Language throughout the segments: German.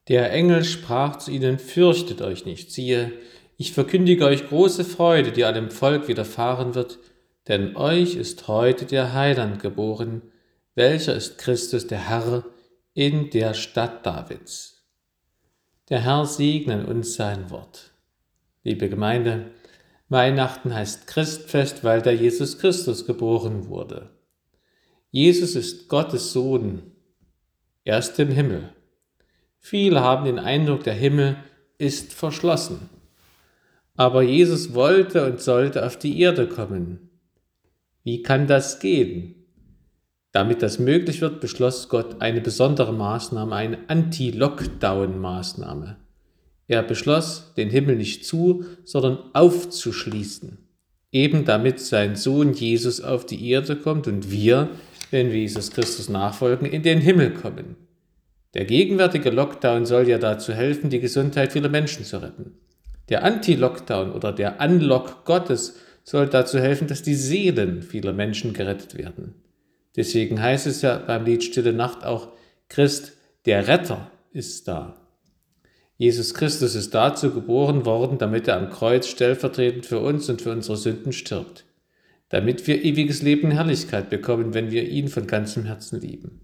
Der Engel sprach zu ihnen: Fürchtet euch nicht, siehe, ich verkündige euch große Freude, die allem Volk widerfahren wird, denn euch ist heute der Heiland geboren, welcher ist Christus der Herr in der Stadt Davids. Der Herr segne uns sein Wort. Liebe Gemeinde, Weihnachten heißt Christfest, weil da Jesus Christus geboren wurde. Jesus ist Gottes Sohn. Er ist im Himmel. Viele haben den Eindruck, der Himmel ist verschlossen. Aber Jesus wollte und sollte auf die Erde kommen. Wie kann das gehen? Damit das möglich wird, beschloss Gott eine besondere Maßnahme, eine Anti-Lockdown-Maßnahme. Er beschloss, den Himmel nicht zu, sondern aufzuschließen. Eben damit sein Sohn Jesus auf die Erde kommt und wir, wenn wir Jesus Christus nachfolgen, in den Himmel kommen. Der gegenwärtige Lockdown soll ja dazu helfen, die Gesundheit vieler Menschen zu retten. Der Anti-Lockdown oder der Unlock Gottes soll dazu helfen, dass die Seelen vieler Menschen gerettet werden. Deswegen heißt es ja beim Lied Stille Nacht auch: Christ, der Retter, ist da. Jesus Christus ist dazu geboren worden, damit er am Kreuz stellvertretend für uns und für unsere Sünden stirbt, damit wir ewiges Leben in Herrlichkeit bekommen, wenn wir ihn von ganzem Herzen lieben.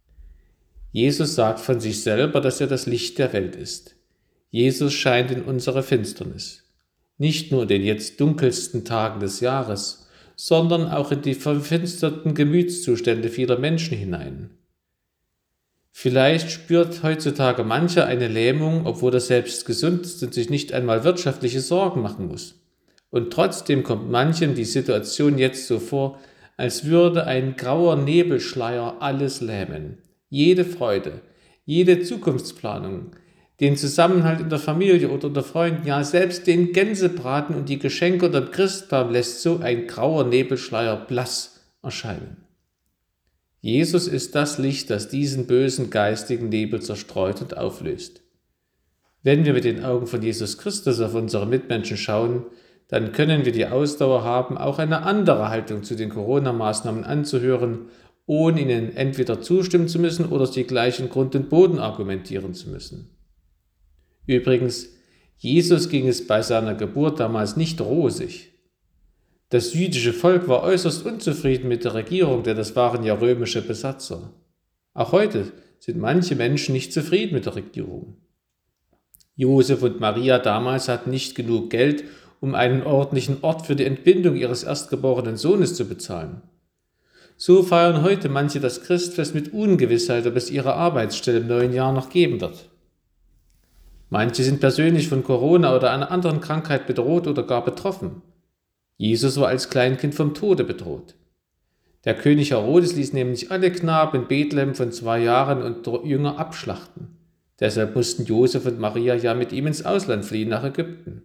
Jesus sagt von sich selber, dass er das Licht der Welt ist. Jesus scheint in unsere Finsternis, nicht nur in den jetzt dunkelsten Tagen des Jahres, sondern auch in die verfinsterten Gemütszustände vieler Menschen hinein. Vielleicht spürt heutzutage mancher eine Lähmung, obwohl er selbst gesund ist und sich nicht einmal wirtschaftliche Sorgen machen muss. Und trotzdem kommt manchem die Situation jetzt so vor, als würde ein grauer Nebelschleier alles lähmen. Jede Freude, jede Zukunftsplanung, den Zusammenhalt in der Familie oder unter Freunden, ja selbst den Gänsebraten und die Geschenke unter dem Christbaum lässt so ein grauer Nebelschleier blass erscheinen. Jesus ist das Licht, das diesen bösen geistigen Nebel zerstreut und auflöst. Wenn wir mit den Augen von Jesus Christus auf unsere Mitmenschen schauen, dann können wir die Ausdauer haben, auch eine andere Haltung zu den Corona-Maßnahmen anzuhören, ohne ihnen entweder zustimmen zu müssen oder sie gleich in Grund und Boden argumentieren zu müssen. Übrigens, Jesus ging es bei seiner Geburt damals nicht rosig. Das jüdische Volk war äußerst unzufrieden mit der Regierung, denn das waren ja römische Besatzer. Auch heute sind manche Menschen nicht zufrieden mit der Regierung. Josef und Maria damals hatten nicht genug Geld, um einen ordentlichen Ort für die Entbindung ihres erstgeborenen Sohnes zu bezahlen. So feiern heute manche das Christfest mit Ungewissheit, ob es ihre Arbeitsstelle im neuen Jahr noch geben wird. Manche sind persönlich von Corona oder einer anderen Krankheit bedroht oder gar betroffen. Jesus war als Kleinkind vom Tode bedroht. Der König Herodes ließ nämlich alle Knaben in Bethlehem von 2 Jahren und jünger abschlachten. Deshalb mussten Josef und Maria ja mit ihm ins Ausland fliehen, nach Ägypten.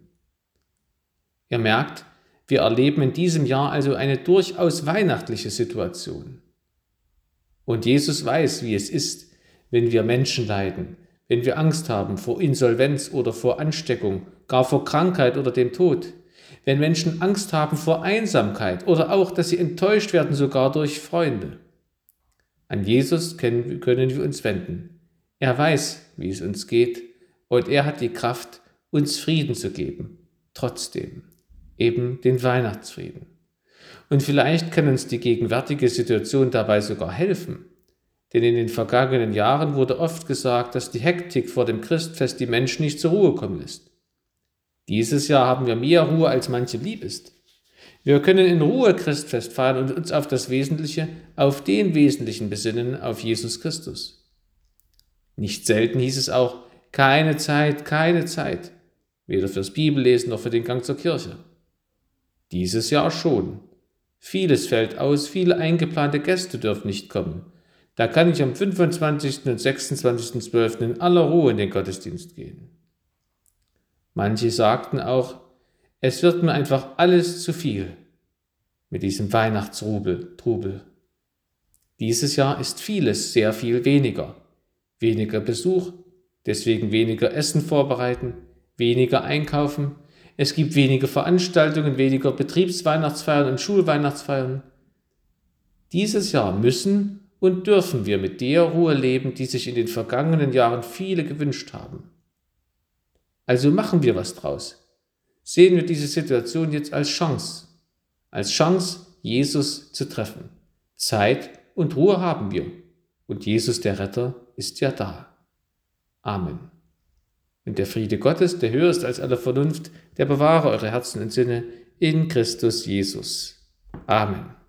Ihr merkt, wir erleben in diesem Jahr also eine durchaus weihnachtliche Situation. Und Jesus weiß, wie es ist, wenn wir Menschen leiden, wenn wir Angst haben vor Insolvenz oder vor Ansteckung, gar vor Krankheit oder dem Tod. Wenn Menschen Angst haben vor Einsamkeit oder auch, dass sie enttäuscht werden, sogar durch Freunde. An Jesus können wir uns wenden. Er weiß, wie es uns geht, und er hat die Kraft, uns Frieden zu geben. Trotzdem, eben den Weihnachtsfrieden. Und vielleicht kann uns die gegenwärtige Situation dabei sogar helfen. Denn in den vergangenen Jahren wurde oft gesagt, dass die Hektik vor dem Christfest die Menschen nicht zur Ruhe kommen lässt. Dieses Jahr haben wir mehr Ruhe, als manche lieb ist. Wir können in Ruhe Christfest feiern und uns auf das Wesentliche, auf den Wesentlichen besinnen, auf Jesus Christus. Nicht selten hieß es auch: keine Zeit, weder fürs Bibellesen noch für den Gang zur Kirche. Dieses Jahr schon. Vieles fällt aus, viele eingeplante Gäste dürfen nicht kommen. Da kann ich am 25. und 26.12. in aller Ruhe in den Gottesdienst gehen. Manche sagten auch, es wird mir einfach alles zu viel mit diesem Trubel. Dieses Jahr ist vieles sehr viel weniger. Weniger Besuch, deswegen weniger Essen vorbereiten, weniger einkaufen. Es gibt wenige Veranstaltungen, weniger Betriebsweihnachtsfeiern und Schulweihnachtsfeiern. Dieses Jahr müssen und dürfen wir mit der Ruhe leben, die sich in den vergangenen Jahren viele gewünscht haben. Also machen wir was draus. Sehen wir diese Situation jetzt als Chance, Jesus zu treffen. Zeit und Ruhe haben wir und Jesus, der Retter, ist ja da. Amen. Und der Friede Gottes, der höher ist als alle Vernunft, der bewahre eure Herzen und Sinne in Christus Jesus. Amen.